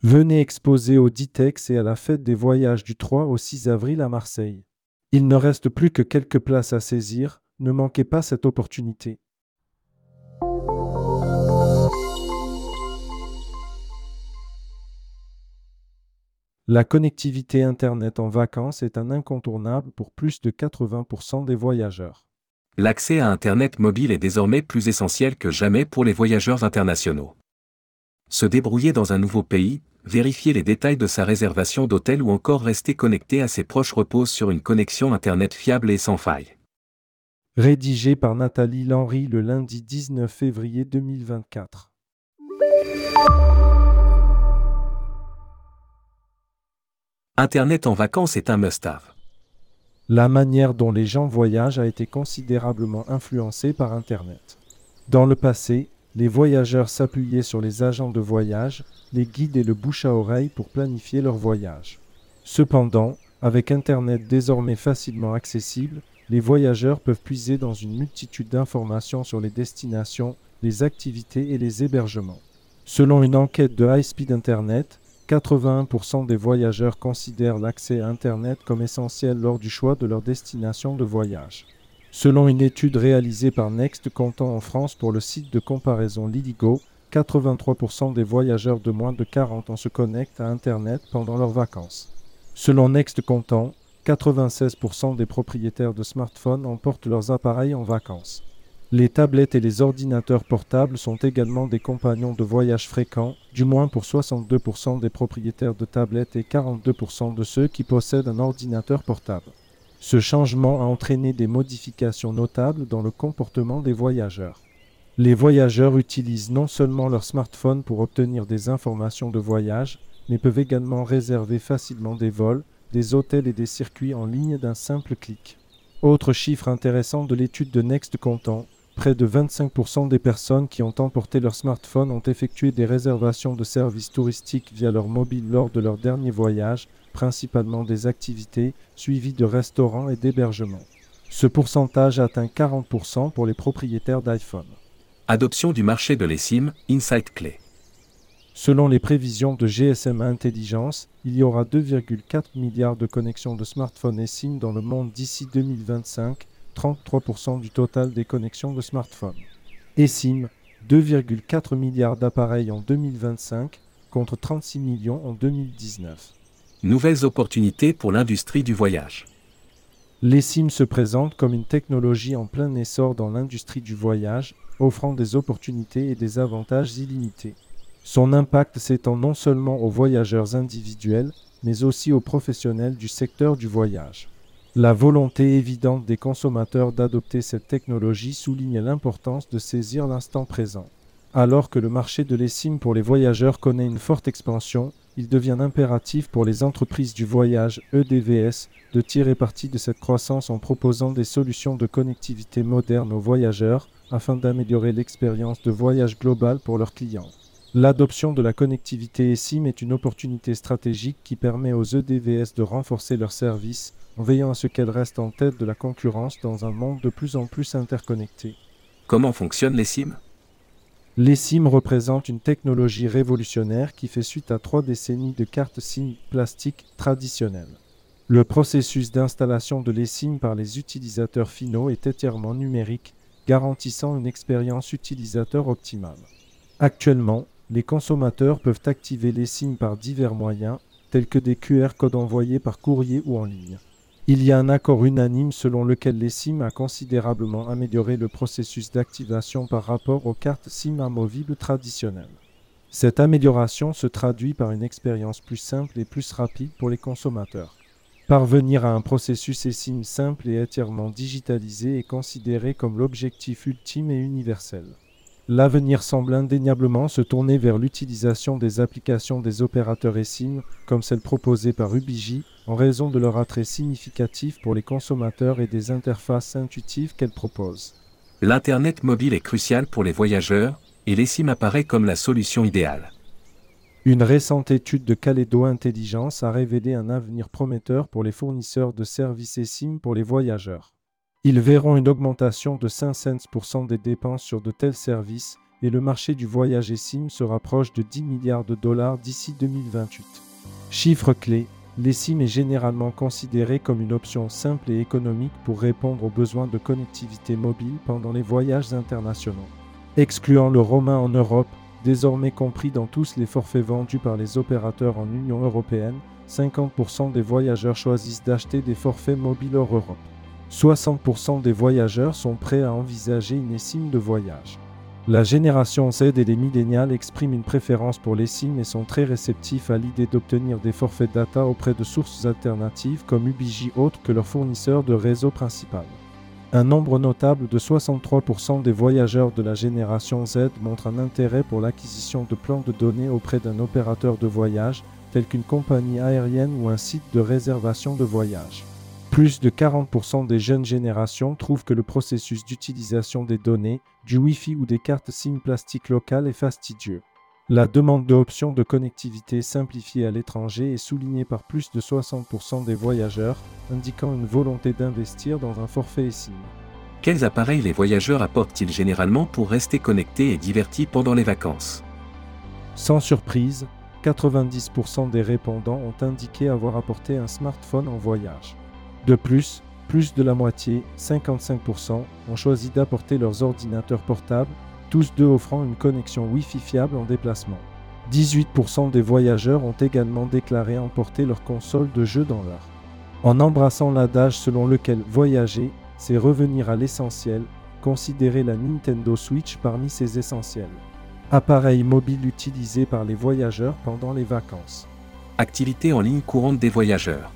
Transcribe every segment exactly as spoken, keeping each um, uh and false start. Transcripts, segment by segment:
Venez exposer au Ditex et à la fête des voyages du trois au six avril à Marseille. Il ne reste plus que quelques places à saisir, ne manquez pas cette opportunité. La connectivité Internet en vacances est un incontournable pour plus de quatre-vingts pour cent des voyageurs. L'accès à Internet mobile est désormais plus essentiel que jamais pour les voyageurs internationaux. Se débrouiller dans un nouveau pays, vérifier les détails de sa réservation d'hôtel ou encore rester connecté à ses proches repose sur une connexion Internet fiable et sans faille. Rédigé par Nathalie Lenry le lundi dix-neuf février deux mille vingt-quatre. Internet en vacances est un must-have. La manière dont les gens voyagent a été considérablement influencée par Internet. Dans le passé, les voyageurs s'appuyaient sur les agents de voyage, les guides et le bouche à oreille pour planifier leur voyage. Cependant, avec Internet désormais facilement accessible, les voyageurs peuvent puiser dans une multitude d'informations sur les destinations, les activités et les hébergements. Selon une enquête de High Speed Internet, quatre-vingt-un pour cent des voyageurs considèrent l'accès à Internet comme essentiel lors du choix de leur destination de voyage. Selon une étude réalisée par Next Content en France pour le site de comparaison Lidigo, quatre-vingt-trois pour cent des voyageurs de moins de quarante ans se connectent à Internet pendant leurs vacances. Selon Next Content, quatre-vingt-seize pour cent des propriétaires de smartphones emportent leurs appareils en vacances. Les tablettes et les ordinateurs portables sont également des compagnons de voyage fréquents, du moins pour soixante-deux pour cent des propriétaires de tablettes et quarante-deux pour cent de ceux qui possèdent un ordinateur portable. Ce changement a entraîné des modifications notables dans le comportement des voyageurs. Les voyageurs utilisent non seulement leur smartphone pour obtenir des informations de voyage, mais peuvent également réserver facilement des vols, des hôtels et des circuits en ligne d'un simple clic. Autre chiffre intéressant de l'étude de Next Content, près de vingt-cinq pour cent des personnes qui ont emporté leur smartphone ont effectué des réservations de services touristiques via leur mobile lors de leur dernier voyage, principalement des activités, suivies de restaurants et d'hébergements. Ce pourcentage atteint quarante pour cent pour les propriétaires d'iPhone. Adoption du marché de l'eSIM, insight clé. Selon les prévisions de G S M Intelligence, il y aura deux virgule quatre milliards de connexions de smartphones eSIM dans le monde d'ici deux mille vingt-cinq, trente-trois pour cent du total des connexions de smartphones. eSIM, deux virgule quatre milliards d'appareils en deux mille vingt-cinq, contre trente-six millions en deux mille dix-neuf. Nouvelles opportunités pour l'industrie du voyage. L'eSIM se présente comme une technologie en plein essor dans l'industrie du voyage, offrant des opportunités et des avantages illimités. Son impact s'étend non seulement aux voyageurs individuels, mais aussi aux professionnels du secteur du voyage. La volonté évidente des consommateurs d'adopter cette technologie souligne l'importance de saisir l'instant présent. Alors que le marché de l'eSIM pour les voyageurs connaît une forte expansion, il devient impératif pour les entreprises du voyage E D V S de tirer parti de cette croissance en proposant des solutions de connectivité modernes aux voyageurs afin d'améliorer l'expérience de voyage globale pour leurs clients. L'adoption de la connectivité eSIM est une opportunité stratégique qui permet aux E D V S de renforcer leurs services en veillant à ce qu'elles restent en tête de la concurrence dans un monde de plus en plus interconnecté. Comment fonctionnent les SIM ? L'eSIM représente une technologie révolutionnaire qui fait suite à trois décennies de cartes SIM plastique traditionnelles. Le processus d'installation de l'eSIM par les utilisateurs finaux est entièrement numérique, garantissant une expérience utilisateur optimale. Actuellement, les consommateurs peuvent activer l'eSIM par divers moyens, tels que des Q R codes envoyés par courrier ou en ligne. Il y a un accord unanime selon lequel l'eSIM a considérablement amélioré le processus d'activation par rapport aux cartes SIM amovibles traditionnelles. Cette amélioration se traduit par une expérience plus simple et plus rapide pour les consommateurs. Parvenir à un processus eSIM simple et entièrement digitalisé est considéré comme l'objectif ultime et universel. L'avenir semble indéniablement se tourner vers l'utilisation des applications des opérateurs eSIM, comme celle proposée par Ubiji, en raison de leur attrait significatif pour les consommateurs et des interfaces intuitives qu'elles proposent. L'Internet mobile est crucial pour les voyageurs, et l'eSIM apparaît comme la solution idéale. Une récente étude de Kaleido Intelligence a révélé un avenir prometteur pour les fournisseurs de services eSIM pour les voyageurs. Ils verront une augmentation de cinq cents pour cent des dépenses sur de tels services et le marché du voyage eSIM se rapproche de dix milliards de dollars d'ici deux mille vingt-huit. Chiffre clé, l'eSIM est généralement considéré comme une option simple et économique pour répondre aux besoins de connectivité mobile pendant les voyages internationaux. Excluant le roaming en Europe, désormais compris dans tous les forfaits vendus par les opérateurs en Union européenne, cinquante pour cent des voyageurs choisissent d'acheter des forfaits mobiles hors Europe. soixante pour cent des voyageurs sont prêts à envisager une eSIM de voyage. La génération Z et les millénials expriment une préférence pour l'eSIM et sont très réceptifs à l'idée d'obtenir des forfaits data auprès de sources alternatives comme U B J autres que leur fournisseur de réseau principal. Un nombre notable de soixante-trois pour cent des voyageurs de la génération Z montrent un intérêt pour l'acquisition de plans de données auprès d'un opérateur de voyage, tel qu'une compagnie aérienne ou un site de réservation de voyage. Plus de quarante pour cent des jeunes générations trouvent que le processus d'utilisation des données, du Wi-Fi ou des cartes SIM plastique locales est fastidieux. La demande d'options de connectivité simplifiée à l'étranger est soulignée par plus de soixante pour cent des voyageurs, indiquant une volonté d'investir dans un forfait eSIM. Quels appareils les voyageurs apportent-ils généralement pour rester connectés et divertis pendant les vacances? Sans surprise, quatre-vingt-dix pour cent des répondants ont indiqué avoir apporté un smartphone en voyage. De plus, plus de la moitié, cinquante-cinq pour cent, ont choisi d'apporter leurs ordinateurs portables, tous deux offrant une connexion Wi-Fi fiable en déplacement. dix-huit pour cent des voyageurs ont également déclaré emporter leur console de jeu dans l'art. En embrassant l'adage selon lequel voyager, c'est revenir à l'essentiel, considérez la Nintendo Switch parmi ces essentiels. Appareil mobile utilisé par les voyageurs pendant les vacances. Activité en ligne courante des voyageurs.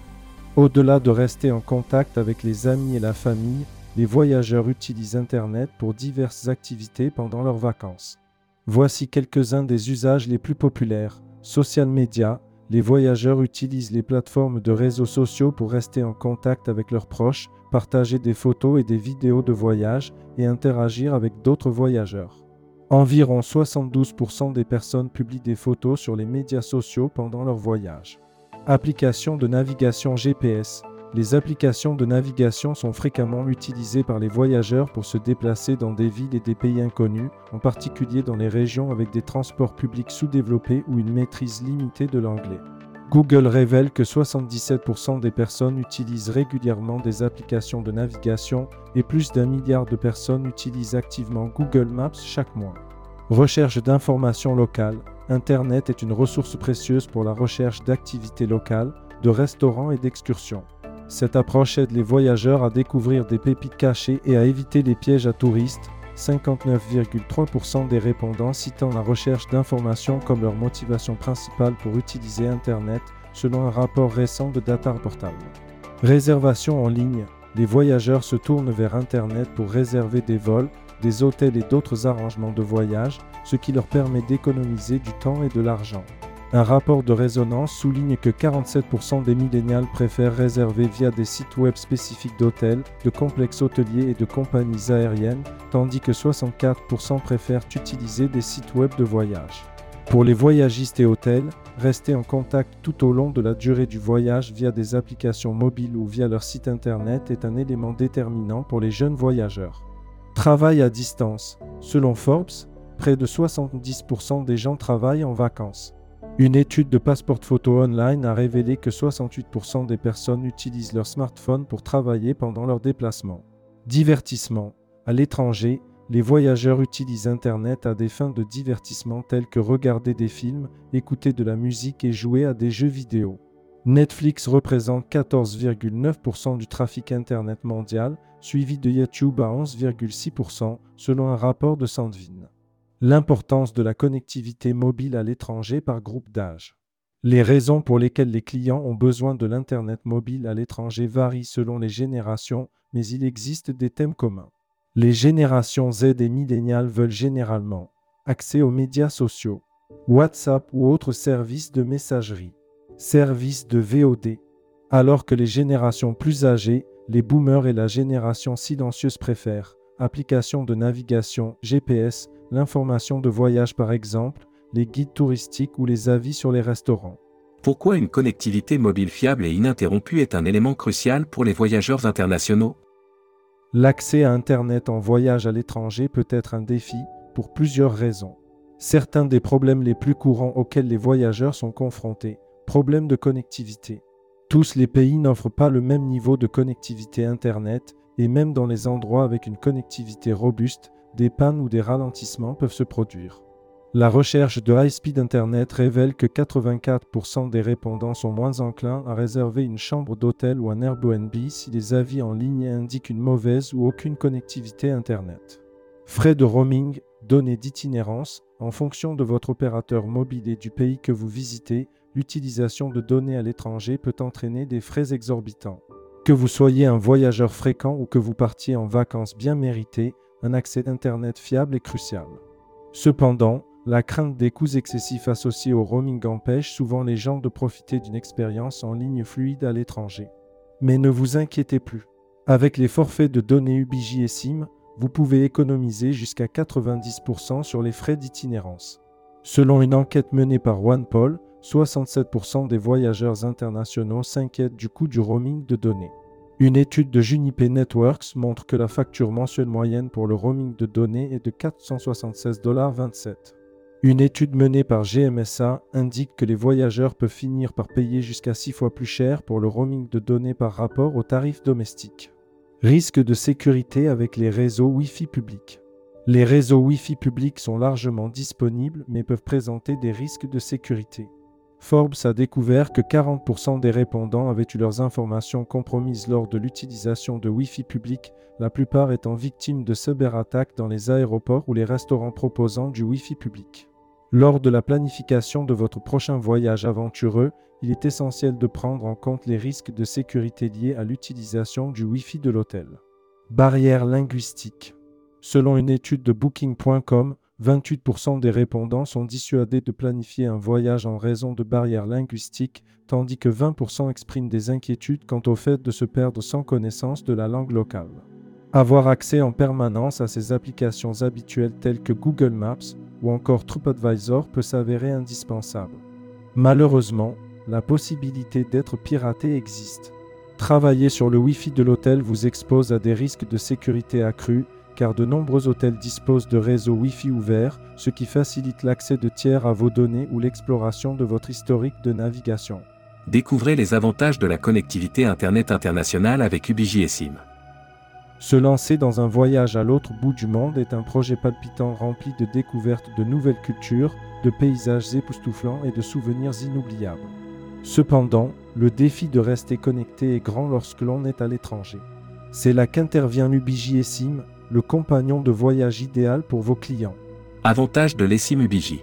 Au-delà de rester en contact avec les amis et la famille, les voyageurs utilisent Internet pour diverses activités pendant leurs vacances. Voici quelques-uns des usages les plus populaires. Social media. Les voyageurs utilisent les plateformes de réseaux sociaux pour rester en contact avec leurs proches, partager des photos et des vidéos de voyage et interagir avec d'autres voyageurs. Environ soixante-douze pour cent des personnes publient des photos sur les médias sociaux pendant leur voyage. Applications de navigation G P S. Les applications de navigation sont fréquemment utilisées par les voyageurs pour se déplacer dans des villes et des pays inconnus, en particulier dans les régions avec des transports publics sous-développés ou une maîtrise limitée de l'anglais. Google révèle que soixante-dix-sept pour cent des personnes utilisent régulièrement des applications de navigation et plus d'un milliard de personnes utilisent activement Google Maps chaque mois. Recherche d'informations locales. Internet est une ressource précieuse pour la recherche d'activités locales, de restaurants et d'excursions. Cette approche aide les voyageurs à découvrir des pépites cachées et à éviter les pièges à touristes, cinquante-neuf virgule trois pour cent des répondants citant la recherche d'informations comme leur motivation principale pour utiliser Internet, selon un rapport récent de Data Portal. Réservation en ligne. Les voyageurs se tournent vers Internet pour réserver des vols, des hôtels et d'autres arrangements de voyage, ce qui leur permet d'économiser du temps et de l'argent. Un rapport de résonance souligne que quarante-sept pour cent des millénials préfèrent réserver via des sites web spécifiques d'hôtels, de complexes hôteliers et de compagnies aériennes, tandis que soixante-quatre pour cent préfèrent utiliser des sites web de voyage. Pour les voyagistes et hôtels, rester en contact tout au long de la durée du voyage via des applications mobiles ou via leur site internet est un élément déterminant pour les jeunes voyageurs. Travail à distance. Selon Forbes, près de soixante-dix pour cent des gens travaillent en vacances. Une étude de Passport Photo Online a révélé que soixante-huit pour cent des personnes utilisent leur smartphone pour travailler pendant leurs déplacements. Divertissement. À l'étranger, les voyageurs utilisent Internet à des fins de divertissement telles que regarder des films, écouter de la musique et jouer à des jeux vidéo. Netflix représente quatorze virgule neuf pour cent du trafic Internet mondial, suivi de YouTube à onze virgule six pour cent, selon un rapport de Sandvin. L'importance de la connectivité mobile à l'étranger par groupe d'âge. Les raisons pour lesquelles les clients ont besoin de l'Internet mobile à l'étranger varient selon les générations, mais il existe des thèmes communs. Les générations Z et milléniales veulent généralement accès aux médias sociaux, WhatsApp ou autres services de messagerie, services de V O D, alors que les générations plus âgées, les boomers et la génération silencieuse préfèrent applications de navigation, G P S, l'information de voyage par exemple, les guides touristiques ou les avis sur les restaurants. Pourquoi une connectivité mobile fiable et ininterrompue est un élément crucial pour les voyageurs internationaux? L'accès à Internet en voyage à l'étranger peut être un défi, pour plusieurs raisons. Certains des problèmes les plus courants auxquels les voyageurs sont confrontés. Problèmes de connectivité. Tous les pays n'offrent pas le même niveau de connectivité Internet et même dans les endroits avec une connectivité robuste, des pannes ou des ralentissements peuvent se produire. La recherche de high-speed Internet révèle que quatre-vingt-quatre pour cent des répondants sont moins enclins à réserver une chambre d'hôtel ou un Airbnb si les avis en ligne indiquent une mauvaise ou aucune connectivité Internet. Frais de roaming, données d'itinérance, en fonction de votre opérateur mobile et du pays que vous visitez, l'utilisation de données à l'étranger peut entraîner des frais exorbitants. Que vous soyez un voyageur fréquent ou que vous partiez en vacances bien méritées, un accès Internet fiable est crucial. Cependant, la crainte des coûts excessifs associés au roaming empêche souvent les gens de profiter d'une expérience en ligne fluide à l'étranger. Mais ne vous inquiétez plus. Avec les forfaits de données U B J et SIM, vous pouvez économiser jusqu'à quatre-vingt-dix pour cent sur les frais d'itinérance. Selon une enquête menée par OnePoll, soixante-sept pour cent des voyageurs internationaux s'inquiètent du coût du roaming de données. Une étude de Juniper Networks montre que la facture mensuelle moyenne pour le roaming de données est de quatre cent soixante-seize dollars vingt-sept. Une étude menée par G M S A indique que les voyageurs peuvent finir par payer jusqu'à six fois plus cher pour le roaming de données par rapport aux tarifs domestiques. Risque de sécurité avec les réseaux Wi-Fi publics. Les réseaux Wi-Fi publics sont largement disponibles mais peuvent présenter des risques de sécurité. Forbes a découvert que quarante pour cent des répondants avaient eu leurs informations compromises lors de l'utilisation de Wi-Fi public, la plupart étant victimes de cyberattaques dans les aéroports ou les restaurants proposant du Wi-Fi public. Lors de la planification de votre prochain voyage aventureux, il est essentiel de prendre en compte les risques de sécurité liés à l'utilisation du Wi-Fi de l'hôtel. Barrières linguistiques. Selon une étude de Booking point com, vingt-huit pour cent des répondants sont dissuadés de planifier un voyage en raison de barrières linguistiques, tandis que vingt pour cent expriment des inquiétudes quant au fait de se perdre sans connaissance de la langue locale. Avoir accès en permanence à ces applications habituelles telles que Google Maps ou encore TripAdvisor peut s'avérer indispensable. Malheureusement, la possibilité d'être piraté existe. Travailler sur le Wi-Fi de l'hôtel vous expose à des risques de sécurité accrus, car de nombreux hôtels disposent de réseaux Wi-Fi ouverts, ce qui facilite l'accès de tiers à vos données ou l'exploration de votre historique de navigation. Découvrez les avantages de la connectivité Internet internationale avec U B J et SIM. Se lancer dans un voyage à l'autre bout du monde est un projet palpitant rempli de découvertes de nouvelles cultures, de paysages époustouflants et de souvenirs inoubliables. Cependant, le défi de rester connecté est grand lorsque l'on est à l'étranger. C'est là qu'intervient U B J et SIM, le compagnon de voyage idéal pour vos clients. Avantages de l'eSIM U B J.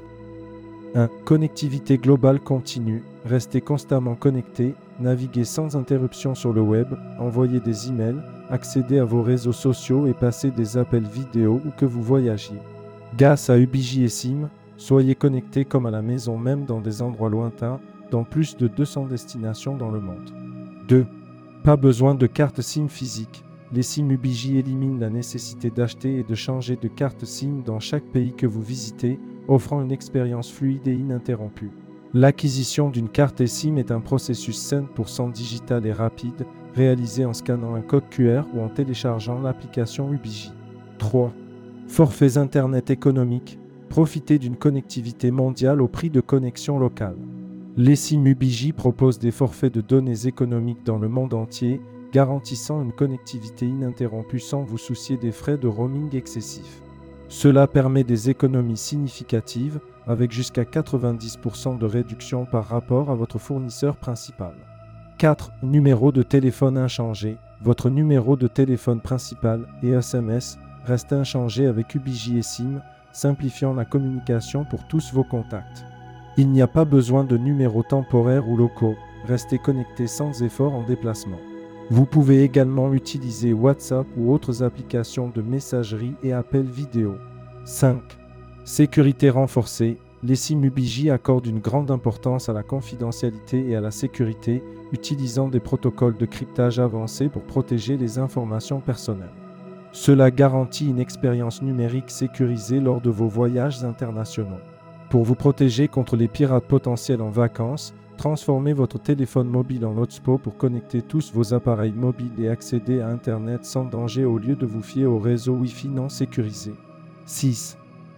un Connectivité globale continue. Restez constamment connecté, naviguer sans interruption sur le web, envoyer des emails, accéder à vos réseaux sociaux et passer des appels vidéo où que vous voyagiez. Grâce à U B J et SIM, soyez connecté comme à la maison même dans des endroits lointains, dans plus de deux cents destinations dans le monde. deux Pas besoin de carte SIM physique. Les SIM U B J éliminent la nécessité d'acheter et de changer de carte SIM dans chaque pays que vous visitez, offrant une expérience fluide et ininterrompue. L'acquisition d'une carte eSIM est un processus cent pour cent digital et rapide, réalisé en scannant un code Q R ou en téléchargeant l'application U B J. trois Forfaits Internet économiques. Profitez d'une connectivité mondiale au prix de connexion locale. l'eSIM U B J propose des forfaits de données économiques dans le monde entier, garantissant une connectivité ininterrompue sans vous soucier des frais de roaming excessifs. Cela permet des économies significatives, avec jusqu'à quatre-vingt-dix pour cent de réduction par rapport à votre fournisseur principal. quatre Numéro de téléphone inchangé. Votre numéro de téléphone principal et S M S restent inchangés avec U B J et SIM, simplifiant la communication pour tous vos contacts. Il n'y a pas besoin de numéros temporaires ou locaux, restez connectés sans effort en déplacement. Vous pouvez également utiliser WhatsApp ou autres applications de messagerie et appels vidéo. cinq Sécurité renforcée. l'eSIM U B J accorde une grande importance à la confidentialité et à la sécurité, utilisant des protocoles de cryptage avancés pour protéger les informations personnelles. Cela garantit une expérience numérique sécurisée lors de vos voyages internationaux. Pour vous protéger contre les pirates potentiels en vacances, transformez votre téléphone mobile en hotspot pour connecter tous vos appareils mobiles et accéder à Internet sans danger au lieu de vous fier au réseau Wi-Fi non sécurisé. six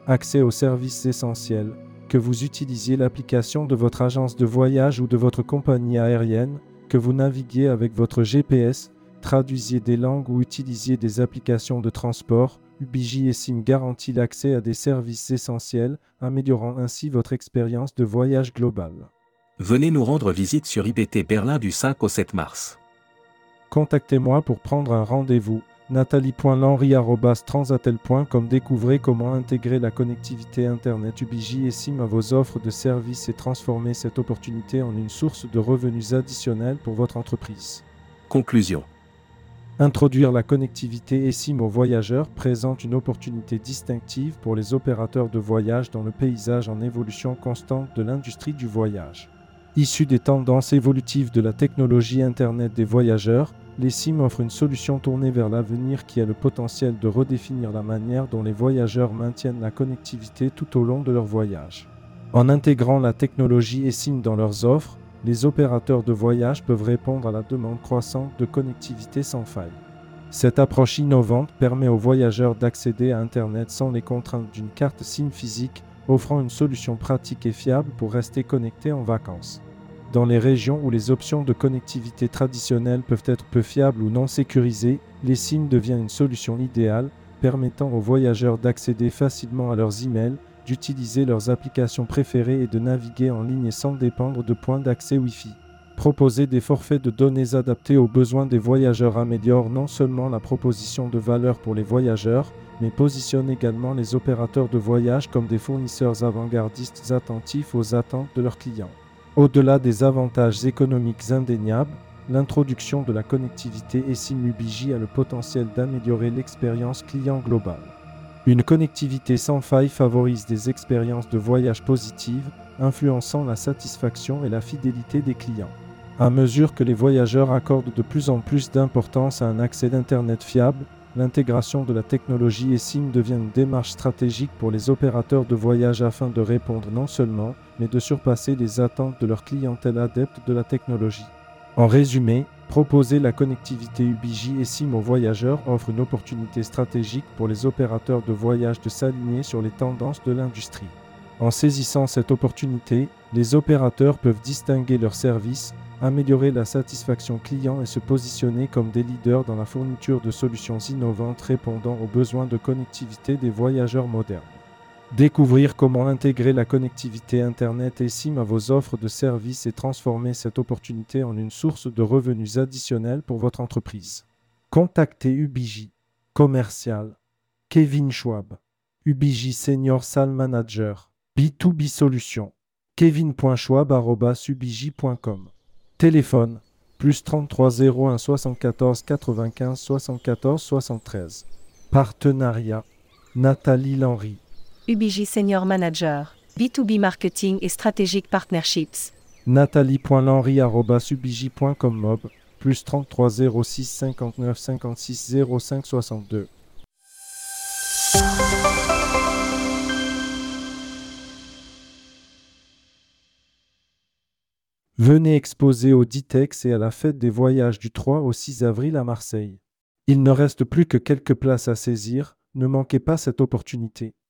accès aux services essentiels, que vous utilisiez l'application de votre agence de voyage ou de votre compagnie aérienne, que vous naviguiez avec votre G P S, traduisiez des langues ou utilisiez des applications de transport, U B J eSIM garantit l'accès à des services essentiels, améliorant ainsi votre expérience de voyage globale. Venez nous rendre visite sur I B T Berlin du cinq au sept mars. Contactez-moi pour prendre un rendez-vous. nathalie point lenry arobase transatel point com. Découvrez comment intégrer la connectivité Internet U B J eSIM à vos offres de services et transformer cette opportunité en une source de revenus additionnels pour votre entreprise. Conclusion. Introduire la connectivité eSIM aux voyageurs présente une opportunité distinctive pour les opérateurs de voyage dans le paysage en évolution constante de l'industrie du voyage. Issu des tendances évolutives de la technologie Internet des voyageurs, l'eSIM offre une solution tournée vers l'avenir qui a le potentiel de redéfinir la manière dont les voyageurs maintiennent la connectivité tout au long de leur voyage. En intégrant la technologie eSIM dans leurs offres, les opérateurs de voyage peuvent répondre à la demande croissante de connectivité sans faille. Cette approche innovante permet aux voyageurs d'accéder à Internet sans les contraintes d'une carte SIM physique, offrant une solution pratique et fiable pour rester connecté en vacances. Dans les régions où les options de connectivité traditionnelles peuvent être peu fiables ou non sécurisées, l'eSIM devient une solution idéale, permettant aux voyageurs d'accéder facilement à leurs emails, d'utiliser leurs applications préférées et de naviguer en ligne sans dépendre de points d'accès Wi-Fi. Proposer des forfaits de données adaptés aux besoins des voyageurs améliore non seulement la proposition de valeur pour les voyageurs, mais positionne également les opérateurs de voyage comme des fournisseurs avant-gardistes attentifs aux attentes de leurs clients. Au-delà des avantages économiques indéniables, l'introduction de la connectivité eSIM U B J a le potentiel d'améliorer l'expérience client globale. Une connectivité sans faille favorise des expériences de voyage positives, influençant la satisfaction et la fidélité des clients. À mesure que les voyageurs accordent de plus en plus d'importance à un accès d'Internet fiable, l'intégration de la technologie eSIM devient une démarche stratégique pour les opérateurs de voyage afin de répondre non seulement, mais de surpasser les attentes de leur clientèle adepte de la technologie. En résumé, proposer la connectivité U B J eSIM aux voyageurs offre une opportunité stratégique pour les opérateurs de voyage de s'aligner sur les tendances de l'industrie. En saisissant cette opportunité, les opérateurs peuvent distinguer leurs services, améliorer la satisfaction client et se positionner comme des leaders dans la fourniture de solutions innovantes répondant aux besoins de connectivité des voyageurs modernes. Découvrir comment intégrer la connectivité Internet eSIM à vos offres de services et transformer cette opportunité en une source de revenus additionnels pour votre entreprise. Contactez U B J. Commercial. Kevin Schwab. U B J Senior Sales Manager. B deux B Solutions. kevin point schwab arobase u b j point com. Téléphone. Plus trente-trois zéro un soixante-quatorze quatre-vingt-quinze soixante-quatorze soixante-treize. Partenariat. Nathalie Lenry. U B J Senior Manager, B deux B Marketing et Strategic Partnerships. nathalie point lenry arobase u b j point com. mob, plus trente-trois zéro six cinquante-neuf cinquante-six zéro cinq soixante-deux. Venez exposer au Ditex et à la fête des voyages du trois au six avril à Marseille. Il ne reste plus que quelques places à saisir, ne manquez pas cette opportunité.